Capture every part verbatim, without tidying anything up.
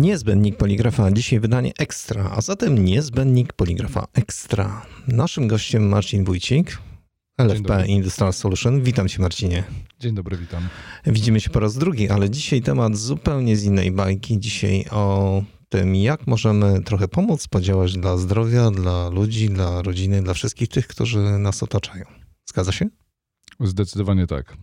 Niezbędnik Poligrafa, dzisiaj wydanie ekstra, a zatem Niezbędnik Poligrafa ekstra. Naszym gościem Marcin Wójcik, L F P Industrial Solution. Witam cię, Marcinie. Dzień dobry, witam. Widzimy się po raz drugi, ale dzisiaj temat zupełnie z innej bajki. Dzisiaj o tym, jak możemy trochę pomóc, podziałać dla zdrowia, dla ludzi, dla rodziny, dla wszystkich tych, którzy nas otaczają. Zgadza się? Zdecydowanie tak.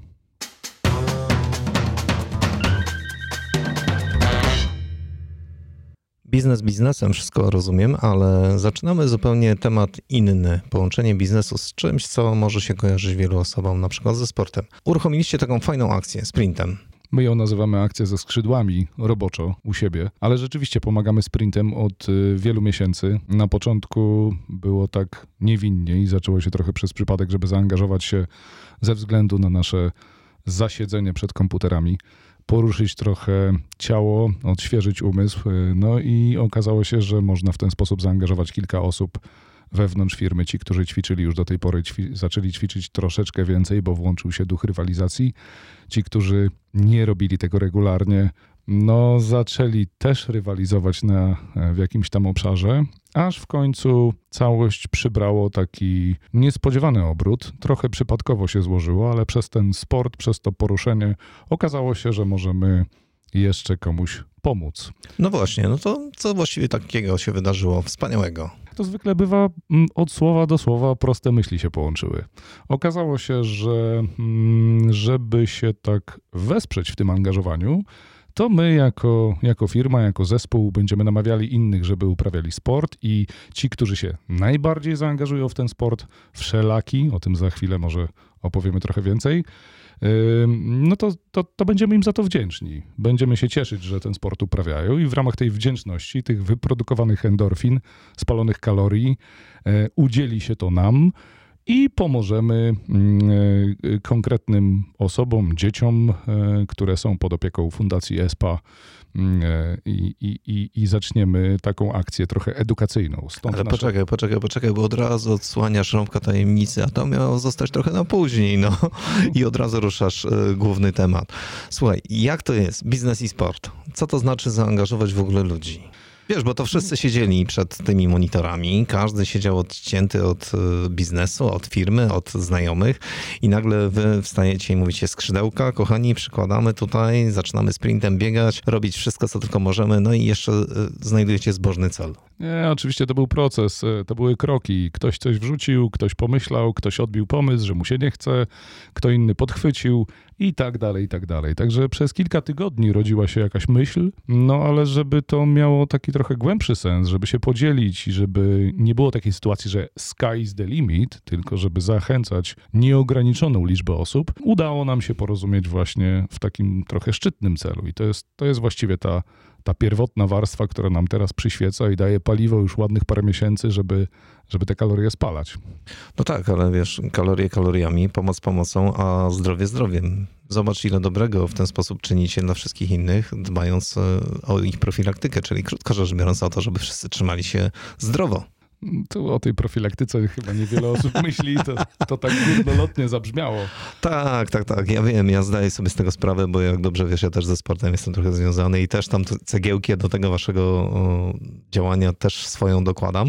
Biznes biznesem, wszystko rozumiem, ale zaczynamy zupełnie temat inny. Połączenie biznesu z czymś, co może się kojarzyć wielu osobom, na przykład ze sportem. Uruchomiliście taką fajną akcję, sprintem. My ją nazywamy akcję ze skrzydłami roboczo u siebie, ale rzeczywiście pomagamy sprintem od wielu miesięcy. Na początku było tak niewinnie i zaczęło się trochę przez przypadek, żeby zaangażować się ze względu na nasze zasiedzenie przed komputerami. Poruszyć trochę ciało, odświeżyć umysł, no i okazało się, że można w ten sposób zaangażować kilka osób wewnątrz firmy. Ci, którzy ćwiczyli już do tej pory, ćwi- zaczęli ćwiczyć troszeczkę więcej, bo włączył się duch rywalizacji. Ci, którzy nie robili tego regularnie, no zaczęli też rywalizować na, w jakimś tam obszarze, aż w końcu całość przybrało taki niespodziewany obrót. Trochę przypadkowo się złożyło, ale przez ten sport, przez to poruszenie okazało się, że możemy jeszcze komuś pomóc. No właśnie, no to co właściwie takiego się wydarzyło wspaniałego? To zwykle bywa od słowa do słowa proste myśli się połączyły. Okazało się, że żeby się tak wesprzeć w tym angażowaniu, to my jako, jako firma, jako zespół będziemy namawiali innych, żeby uprawiali sport i ci, którzy się najbardziej zaangażują w ten sport, wszelaki, o tym za chwilę może opowiemy trochę więcej, no to, to, to będziemy im za to wdzięczni. Będziemy się cieszyć, że ten sport uprawiają i w ramach tej wdzięczności, tych wyprodukowanych endorfin, spalonych kalorii, udzieli się to nam i pomożemy konkretnym osobom, dzieciom, które są pod opieką Fundacji E S P A i, i, i, i zaczniemy taką akcję trochę edukacyjną. Stąd Ale nasze... poczekaj, poczekaj, poczekaj, bo od razu odsłaniasz rąbka tajemnicy, a to miało zostać trochę na później, no i od razu ruszasz y, główny temat. Słuchaj, jak to jest biznes i sport? Co to znaczy zaangażować w ogóle ludzi? Wiesz, bo to wszyscy siedzieli przed tymi monitorami, każdy siedział odcięty od biznesu, od firmy, od znajomych i nagle wy wstajecie i mówicie: skrzydełka, kochani, przykładamy tutaj, zaczynamy sprintem biegać, robić wszystko, co tylko możemy, no i jeszcze znajdujecie zbożny cel. Nie, oczywiście to był proces, to były kroki. Ktoś coś wrzucił, ktoś pomyślał, ktoś odbił pomysł, że mu się nie chce, kto inny podchwycił i tak dalej, i tak dalej. Także przez kilka tygodni rodziła się jakaś myśl, no ale żeby to miało taki trochę głębszy sens, żeby się podzielić i żeby nie było takiej sytuacji, że sky is the limit, tylko żeby zachęcać nieograniczoną liczbę osób, udało nam się porozumieć właśnie w takim trochę szczytnym celu i to jest, to jest właściwie ta ta pierwotna warstwa, która nam teraz przyświeca i daje paliwo już ładnych parę miesięcy, żeby, żeby te kalorie spalać. No tak, ale wiesz, kalorie kaloriami, pomoc pomocą, a zdrowie zdrowiem. Zobacz, ile dobrego w ten sposób czynicie dla wszystkich innych, dbając o ich profilaktykę, czyli krótko rzecz biorąc o to, żeby wszyscy trzymali się zdrowo. Tu o tej profilaktyce chyba niewiele osób myśli, to, to tak górnolotnie zabrzmiało. Tak, tak, tak. Ja wiem, ja zdaję sobie z tego sprawę, bo jak dobrze wiesz, ja też ze sportem jestem trochę związany i też tam cegiełki do tego waszego o, działania też swoją dokładam.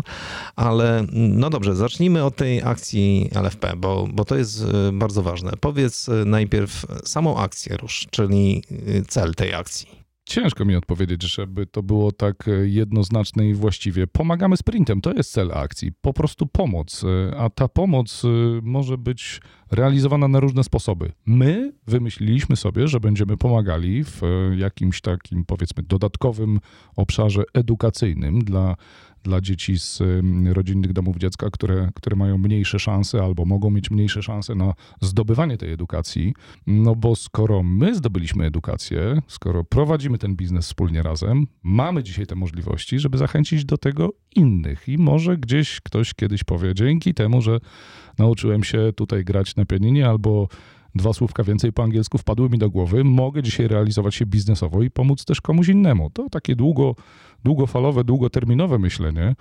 Ale no dobrze, zacznijmy od tej akcji L F P, bo, bo to jest bardzo ważne. Powiedz najpierw samą akcję rusz, czyli cel tej akcji. Ciężko mi odpowiedzieć, żeby to było tak jednoznaczne i właściwie. Pomagamy sprintem, to jest cel akcji, po prostu pomoc, a ta pomoc może być realizowana na różne sposoby. My wymyśliliśmy sobie, że będziemy pomagali w jakimś takim, powiedzmy, dodatkowym obszarze edukacyjnym dla dla dzieci z rodzinnych domów dziecka, które, które mają mniejsze szanse albo mogą mieć mniejsze szanse na zdobywanie tej edukacji. No bo skoro my zdobyliśmy edukację, skoro prowadzimy ten biznes wspólnie razem, mamy dzisiaj te możliwości, żeby zachęcić do tego innych. I może gdzieś ktoś kiedyś powie, dzięki temu, że nauczyłem się tutaj grać na pianinie albo dwa słówka więcej po angielsku wpadły mi do głowy, mogę dzisiaj realizować się biznesowo i pomóc też komuś innemu. To takie długo, długofalowe, długoterminowe myślenie,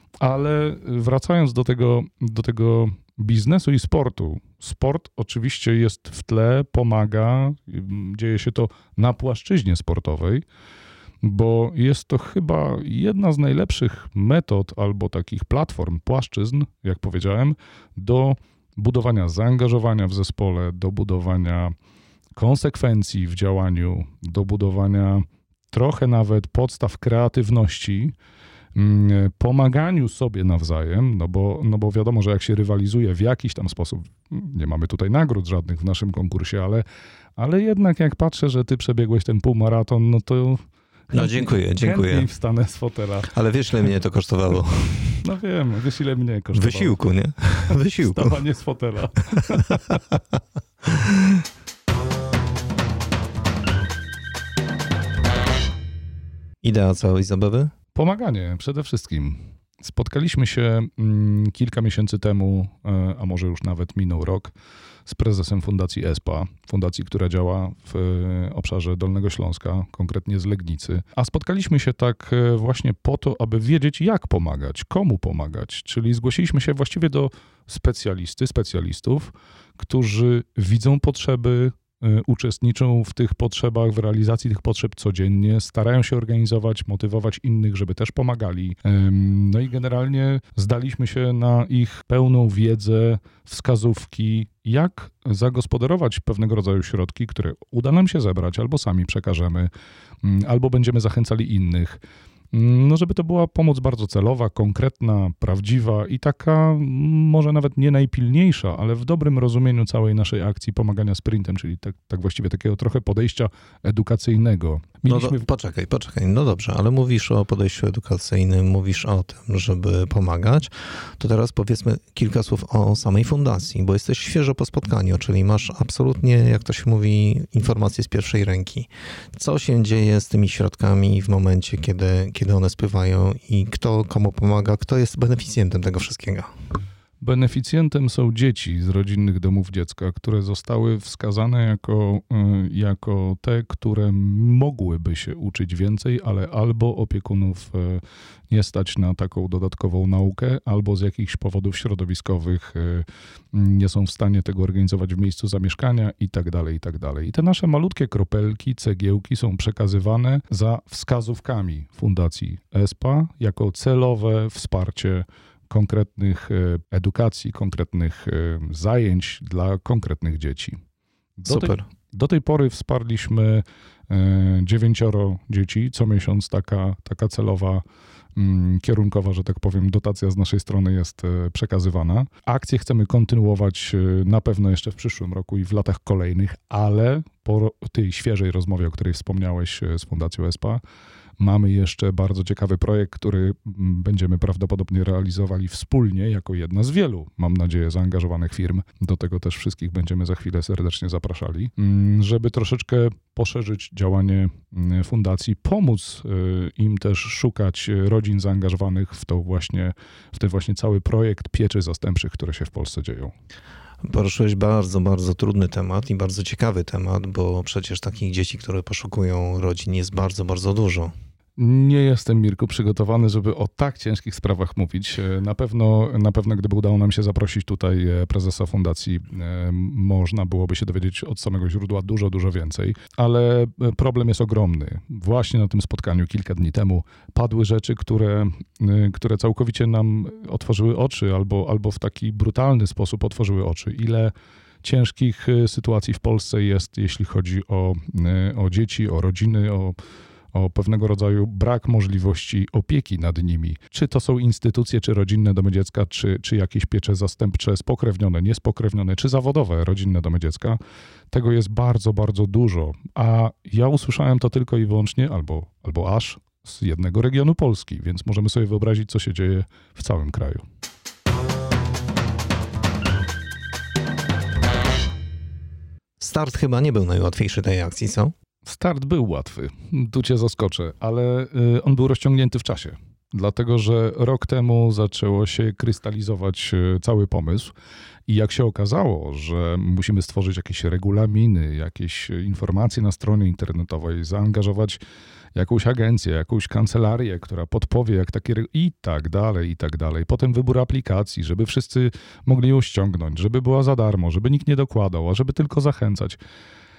ale wracając do tego, do tego biznesu i sportu. Sport oczywiście jest w tle, pomaga, dzieje się to na płaszczyźnie sportowej. bo jest to chyba jedna z najlepszych metod albo takich platform, płaszczyzn, jak powiedziałem, do budowania zaangażowania w zespole, do budowania konsekwencji w działaniu, do budowania trochę nawet podstaw kreatywności, pomaganiu sobie nawzajem, no bo, no bo wiadomo, że jak się rywalizuje w jakiś tam sposób, nie mamy tutaj nagród żadnych w naszym konkursie, ale, ale jednak jak patrzę, że ty przebiegłeś ten półmaraton, no to no dziękuję, dziękuję. chętniej wstanę z fotela. Ale wiesz, ile mnie to kosztowało? No wiem, wiesz, ile mnie kosztowało. Wysiłku, nie? Wysiłku. Wstawanie z fotela. Idea całej zabawy? Pomaganie przede wszystkim. Spotkaliśmy się mm, kilka miesięcy temu, a może już nawet minął rok, z prezesem Fundacji E S P A, fundacji, która działa w obszarze Dolnego Śląska, konkretnie z Legnicy. A spotkaliśmy się tak właśnie po to, aby wiedzieć, jak pomagać, komu pomagać. Czyli zgłosiliśmy się właściwie do specjalisty, specjalistów, którzy widzą potrzeby, uczestniczą w tych potrzebach, w realizacji tych potrzeb codziennie, starają się organizować, motywować innych, żeby też pomagali. No i generalnie zdaliśmy się na ich pełną wiedzę, wskazówki, jak zagospodarować pewnego rodzaju środki, które uda nam się zebrać, albo sami przekażemy, albo będziemy zachęcali innych. No, żeby to była pomoc bardzo celowa, konkretna, prawdziwa i taka może nawet nie najpilniejsza, ale w dobrym rozumieniu całej naszej akcji pomagania sprintem, czyli tak, tak właściwie takiego trochę podejścia edukacyjnego. Mieliśmy... No do, poczekaj, poczekaj, no dobrze, ale mówisz o podejściu edukacyjnym, mówisz o tym, żeby pomagać, to teraz powiedzmy kilka słów o samej fundacji, bo jesteś świeżo po spotkaniu, czyli masz absolutnie, jak to się mówi, informacje z pierwszej ręki. Co się dzieje z tymi środkami w momencie, kiedy, kiedy one spływają i kto komu pomaga, kto jest beneficjentem tego wszystkiego? Beneficjentem są dzieci z rodzinnych domów dziecka, które zostały wskazane jako, jako te, które mogłyby się uczyć więcej, ale albo opiekunów nie stać na taką dodatkową naukę, albo z jakichś powodów środowiskowych nie są w stanie tego organizować w miejscu zamieszkania i tak dalej, i tak dalej. I te nasze malutkie kropelki, cegiełki są przekazywane za wskazówkami Fundacji E S P A jako celowe wsparcie konkretnych edukacji, konkretnych zajęć dla konkretnych dzieci. Do Super. Tej, do tej pory wsparliśmy dziewięcioro dzieci. Co miesiąc taka, taka celowa, kierunkowa, że tak powiem, dotacja z naszej strony jest przekazywana. Akcję chcemy kontynuować na pewno jeszcze w przyszłym roku i w latach kolejnych, ale po tej świeżej rozmowie, o której wspomniałeś z Fundacją E S P A, mamy jeszcze bardzo ciekawy projekt, który będziemy prawdopodobnie realizowali wspólnie jako jedna z wielu, mam nadzieję, zaangażowanych firm. Do tego też wszystkich będziemy za chwilę serdecznie zapraszali, żeby troszeczkę poszerzyć działanie fundacji, pomóc im też szukać rodzin zaangażowanych w to właśnie, w ten właśnie cały projekt pieczy zastępczych, które się w Polsce dzieją. Poruszyłeś bardzo, bardzo trudny temat i bardzo ciekawy temat, bo przecież takich dzieci, które poszukują rodzin, jest bardzo, bardzo dużo. Nie jestem, Mirku, przygotowany, żeby o tak ciężkich sprawach mówić. Na pewno, na pewno gdyby udało nam się zaprosić tutaj prezesa fundacji, można byłoby się dowiedzieć od samego źródła dużo, dużo więcej, ale problem jest ogromny. Właśnie na tym spotkaniu kilka dni temu padły rzeczy, które, które całkowicie nam otworzyły oczy albo, albo w taki brutalny sposób otworzyły oczy. Ile ciężkich sytuacji w Polsce jest, jeśli chodzi o, o dzieci, o rodziny, o o pewnego rodzaju brak możliwości opieki nad nimi. Czy to są instytucje, czy rodzinne domy dziecka, czy, czy jakieś piecze zastępcze, spokrewnione, niespokrewnione, czy zawodowe rodzinne domy dziecka. Tego jest bardzo, bardzo dużo. A ja usłyszałem to tylko i wyłącznie, albo, albo aż z jednego regionu Polski, więc możemy sobie wyobrazić, co się dzieje w całym kraju. Start chyba nie był najłatwiejszy tej akcji, co? Start był łatwy, tu cię zaskoczę, ale on był rozciągnięty w czasie. Dlatego, że rok temu zaczęło się krystalizować cały pomysł i jak się okazało, że musimy stworzyć jakieś regulaminy, jakieś informacje na stronie internetowej, zaangażować jakąś agencję, jakąś kancelarię, która podpowie, jak takie i tak dalej, i tak dalej. Potem wybór aplikacji, żeby wszyscy mogli ją ściągnąć, żeby była za darmo, żeby nikt nie dokładał, a żeby tylko zachęcać.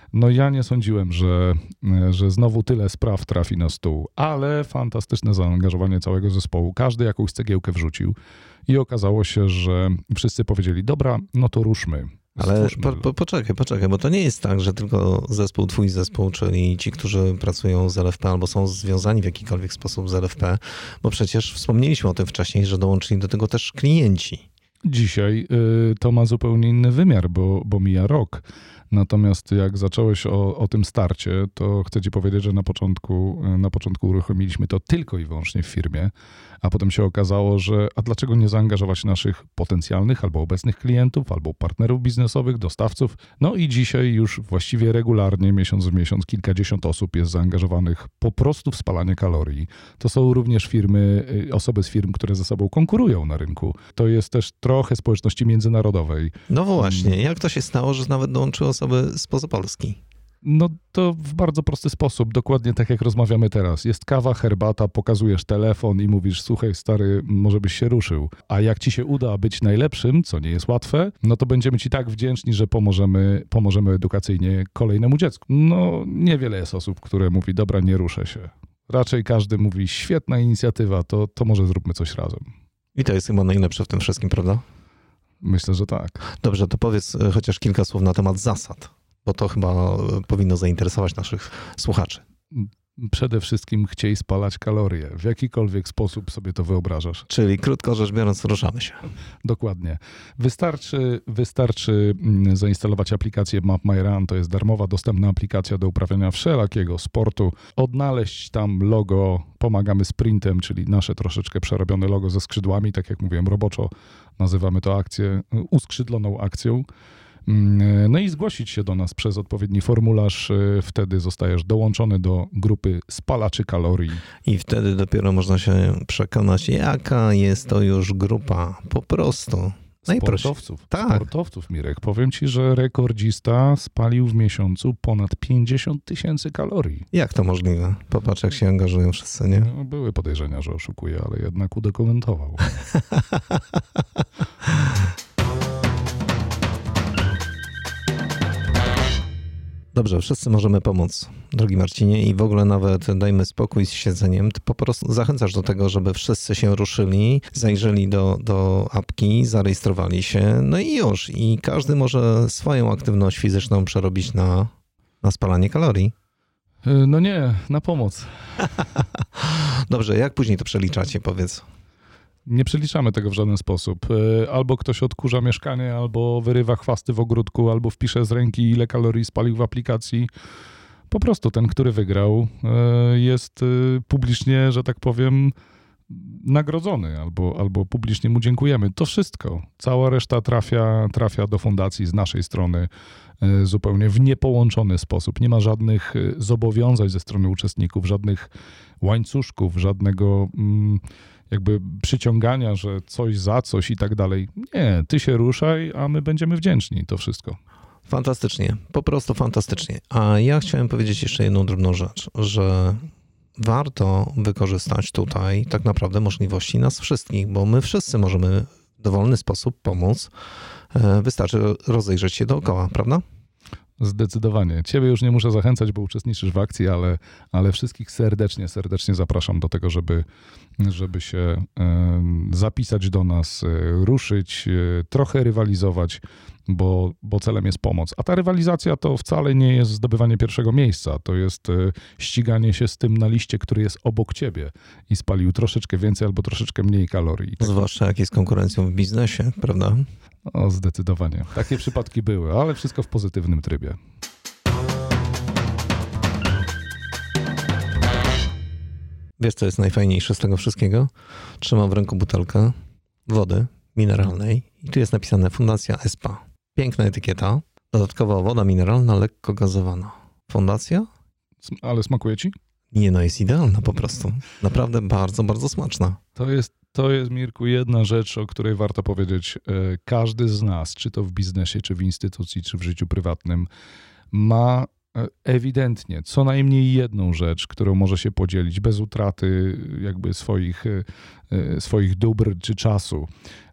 No ja nie sądziłem, że, że znowu tyle spraw trafi na stół, ale fantastyczne zaangażowanie całego zespołu. Każdy jakąś cegiełkę wrzucił i okazało się, że wszyscy powiedzieli, dobra, no to ruszmy. Ale po, po, poczekaj, poczekaj, bo to nie jest tak, że tylko zespół, twój zespół, czyli ci, którzy pracują z L F P albo są związani w jakikolwiek sposób z L F P, bo przecież wspomnieliśmy o tym wcześniej, że dołączyli do tego też klienci. Dzisiaj y, to ma zupełnie inny wymiar, bo, bo mija rok. Natomiast jak zacząłeś o, o tym starcie, to chcę ci powiedzieć, że na początku, na początku uruchomiliśmy to tylko i wyłącznie w firmie, a potem się okazało, że a dlaczego nie zaangażować naszych potencjalnych albo obecnych klientów, albo partnerów biznesowych, dostawców. No i dzisiaj już właściwie regularnie, miesiąc w miesiąc, kilkadziesiąt osób jest zaangażowanych po prostu w spalanie kalorii. To są również firmy, osoby z firm, które ze sobą konkurują na rynku. To jest też trochę społeczności międzynarodowej. No właśnie, jak to się stało, że nawet dołączyły osoby spoza Polski? No to w bardzo prosty sposób, dokładnie tak jak rozmawiamy teraz. Jest kawa, herbata, pokazujesz telefon i mówisz, słuchaj stary, może byś się ruszył. A jak ci się uda być najlepszym, co nie jest łatwe, no to będziemy ci tak wdzięczni, że pomożemy, pomożemy edukacyjnie kolejnemu dziecku. No niewiele jest osób, które mówi, dobra, nie ruszę się. Raczej każdy mówi, świetna inicjatywa, to, to może zróbmy coś razem. I to jest chyba najlepsze w tym wszystkim, prawda? Myślę, że tak. Dobrze, to powiedz chociaż kilka słów na temat zasad, bo to chyba powinno zainteresować naszych słuchaczy. Przede wszystkim chciej spalać kalorie. W jakikolwiek sposób sobie to wyobrażasz. Czyli krótko rzecz biorąc, ruszamy się. Dokładnie. Wystarczy, wystarczy zainstalować aplikację Map My Run. To jest darmowa, dostępna aplikacja do uprawiania wszelakiego sportu. Odnaleźć tam logo Pomagamy Sprintem, czyli nasze troszeczkę przerobione logo ze skrzydłami. Tak jak mówiłem, roboczo nazywamy to akcję, uskrzydloną akcją. No i zgłosić się do nas przez odpowiedni formularz, wtedy zostajesz dołączony do grupy spalaczy kalorii. I wtedy dopiero można się przekonać, jaka jest to już grupa, po prostu. Sportowców, tak. Sportowców, Mirek. Powiem ci, że rekordzista spalił w miesiącu ponad pięćdziesiąt tysięcy kalorii. Jak to możliwe? Popatrz, jak się angażują wszyscy, nie? No, były podejrzenia, że oszukuje, ale jednak udokumentował. Dobrze, wszyscy możemy pomóc, drogi Marcinie, i w ogóle nawet dajmy spokój z siedzeniem. Ty po prostu zachęcasz do tego, żeby wszyscy się ruszyli, zajrzeli do, do apki, zarejestrowali się, no i już. I każdy może swoją aktywność fizyczną przerobić na, na spalanie kalorii. No nie, na pomoc. Dobrze, jak później to przeliczacie, powiedz? Nie przeliczamy tego w żaden sposób. Albo ktoś odkurza mieszkanie, albo wyrywa chwasty w ogródku, albo wpisze z ręki, ile kalorii spalił w aplikacji. Po prostu ten, który wygrał, jest publicznie, że tak powiem, nagrodzony, albo, albo publicznie mu dziękujemy. To wszystko. Cała reszta trafia, trafia do fundacji z naszej strony zupełnie w niepołączony sposób. Nie ma żadnych zobowiązań ze strony uczestników, żadnych łańcuszków, żadnego jakby przyciągania, że coś za coś i tak dalej. Nie, ty się ruszaj, a my będziemy wdzięczni. To wszystko. Fantastycznie, po prostu fantastycznie. A ja chciałem powiedzieć jeszcze jedną drobną rzecz, że warto wykorzystać tutaj tak naprawdę możliwości nas wszystkich, bo my wszyscy możemy w dowolny sposób pomóc. Wystarczy rozejrzeć się dookoła, prawda? Zdecydowanie. Ciebie już nie muszę zachęcać, bo uczestniczysz w akcji, ale, ale wszystkich serdecznie, serdecznie zapraszam do tego, żeby, żeby się zapisać do nas, ruszyć, trochę rywalizować, bo, bo celem jest pomoc. A ta rywalizacja to wcale nie jest zdobywanie pierwszego miejsca, to jest ściganie się z tym na liście, który jest obok ciebie i spalił troszeczkę więcej albo troszeczkę mniej kalorii. Zwłaszcza jak jest konkurencją w biznesie, prawda? O, zdecydowanie. Takie przypadki były, ale wszystko w pozytywnym trybie. Wiesz, co jest najfajniejsze z tego wszystkiego? Trzymam w ręku butelkę wody mineralnej i tu jest napisane Fundacja E S P A. Piękna etykieta. Dodatkowo woda mineralna, lekko gazowana. Fundacja? Ale smakuje ci? Nie, no jest idealna po prostu. Naprawdę bardzo, bardzo smaczna. To jest, to jest, Mirku, jedna rzecz, o której warto powiedzieć. Każdy z nas, czy to w biznesie, czy w instytucji, czy w życiu prywatnym, ma ewidentnie co najmniej jedną rzecz, którą może się podzielić bez utraty jakby swoich, swoich dóbr czy czasu.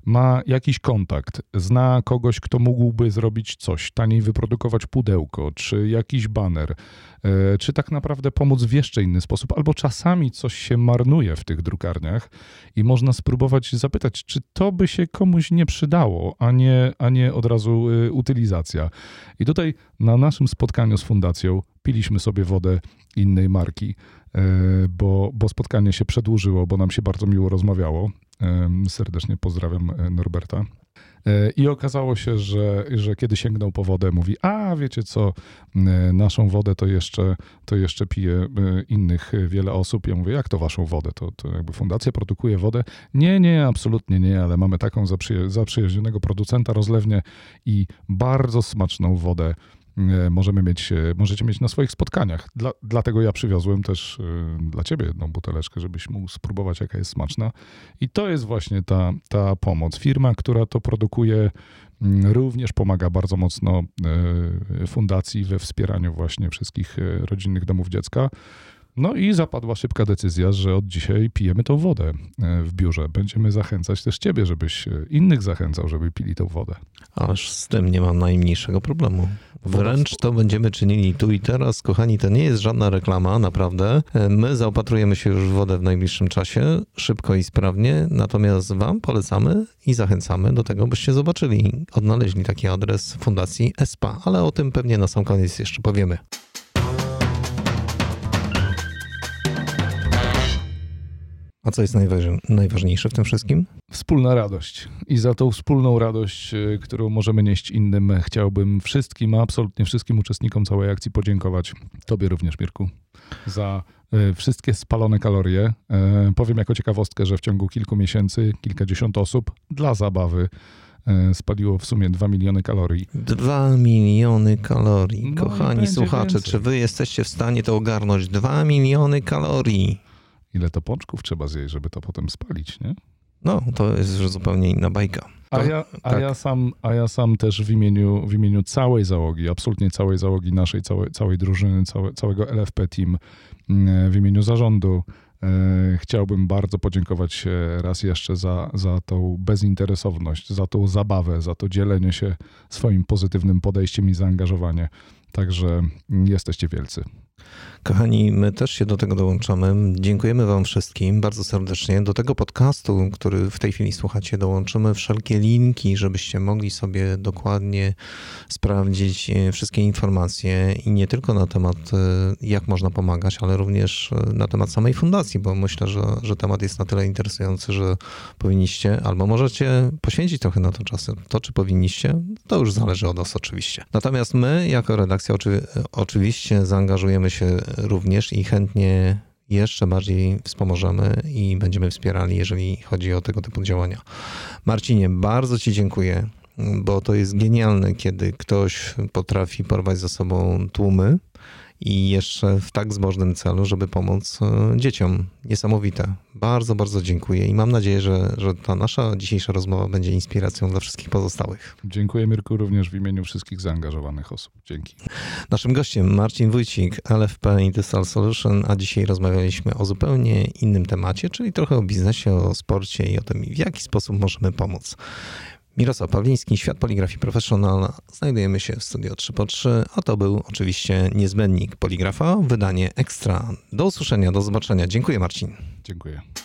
ma jakiś kontakt, zna kogoś, kto mógłby zrobić coś, taniej wyprodukować pudełko, czy jakiś baner, czy tak naprawdę pomóc w jeszcze inny sposób, albo czasami coś się marnuje w tych drukarniach i można spróbować zapytać, czy to by się komuś nie przydało, a nie, a nie od razu utylizacja. I tutaj na naszym spotkaniu z fundacją piliśmy sobie wodę innej marki, bo, bo spotkanie się przedłużyło, bo nam się bardzo miło rozmawiało. Serdecznie pozdrawiam Norberta. I okazało się, że, że kiedy sięgnął po wodę, mówi, a wiecie co, naszą wodę to jeszcze, to jeszcze pije innych wiele osób. Ja mówię, jak to waszą wodę? To, to jakby fundacja produkuje wodę? Nie, nie, absolutnie nie, ale mamy taką zaprzyja- zaprzyjaźnionego producenta rozlewnię i bardzo smaczną wodę możemy mieć, możecie mieć na swoich spotkaniach. Dla, dlatego ja przywiozłem też dla ciebie jedną buteleczkę, żebyś mógł spróbować, jaka jest smaczna. I to jest właśnie ta, ta pomoc. Firma, która to produkuje, również pomaga bardzo mocno fundacji we wspieraniu właśnie wszystkich rodzinnych domów dziecka. No i zapadła szybka decyzja, że od dzisiaj pijemy tą wodę w biurze. Będziemy zachęcać też ciebie, żebyś innych zachęcał, żeby pili tą wodę. Aż z tym nie mam najmniejszego problemu. Wręcz to będziemy czynili tu i teraz. Kochani, to nie jest żadna reklama, naprawdę. My zaopatrujemy się już w wodę w najbliższym czasie, szybko i sprawnie, natomiast wam polecamy i zachęcamy do tego, byście zobaczyli, odnaleźli taki adres Fundacji E S P A, ale o tym pewnie na sam koniec jeszcze powiemy. A co jest najważ- najważniejsze w tym wszystkim? Wspólna radość. I za tą wspólną radość, którą możemy nieść innym, chciałbym wszystkim, absolutnie wszystkim uczestnikom całej akcji podziękować. Tobie również, Mirku, za wszystkie spalone kalorie. Powiem jako ciekawostkę, że w ciągu kilku miesięcy kilkadziesiąt osób dla zabawy spaliło w sumie dwa miliony kalorii. Dwa miliony kalorii. No Kochani słuchacze, więcej. czy wy jesteście w stanie to ogarnąć? Dwa miliony kalorii. Ile to pączków trzeba zjeść, żeby to potem spalić, nie? No, to jest już zupełnie inna bajka. A ja, a tak. ja, sam, a ja sam też w imieniu, w imieniu całej załogi, absolutnie całej załogi naszej, całej, całej drużyny, całe, całego L F P Team, w imieniu zarządu e, chciałbym bardzo podziękować raz jeszcze za, za tą bezinteresowność, za tą zabawę, za to dzielenie się swoim pozytywnym podejściem i zaangażowanie. Także jesteście wielcy. Kochani, my też się do tego dołączamy. Dziękujemy wam wszystkim bardzo serdecznie. Do tego podcastu, który w tej chwili słuchacie, dołączymy wszelkie linki, żebyście mogli sobie dokładnie sprawdzić wszystkie informacje i nie tylko na temat, jak można pomagać, ale również na temat samej fundacji, bo myślę, że, że temat jest na tyle interesujący, że powinniście albo możecie poświęcić trochę na to czasem. To, czy powinniście, to już zależy od nas oczywiście. Natomiast my, jako redakcja, oczy, oczywiście zaangażujemy się również i chętnie jeszcze bardziej wspomożemy i będziemy wspierali, jeżeli chodzi o tego typu działania. Marcinie, bardzo ci dziękuję, bo to jest genialne, kiedy ktoś potrafi porwać za sobą tłumy i jeszcze w tak zbożnym celu, żeby pomóc dzieciom. Niesamowite. Bardzo, bardzo dziękuję i mam nadzieję, że, że ta nasza dzisiejsza rozmowa będzie inspiracją dla wszystkich pozostałych. Dziękuję, Mirku, również w imieniu wszystkich zaangażowanych osób. Dzięki. Naszym gościem Marcin Wójcik, L F P Industrial Solution, a dzisiaj rozmawialiśmy o zupełnie innym temacie, czyli trochę o biznesie, o sporcie i o tym, w jaki sposób możemy pomóc. Mirosław Pawliński, Świat Poligrafii Professional. Znajdujemy się w studio trzy po trzy, a to był oczywiście niezbędnik Poligrafa, wydanie ekstra. Do usłyszenia, do zobaczenia. Dziękuję, Marcin. Dziękuję.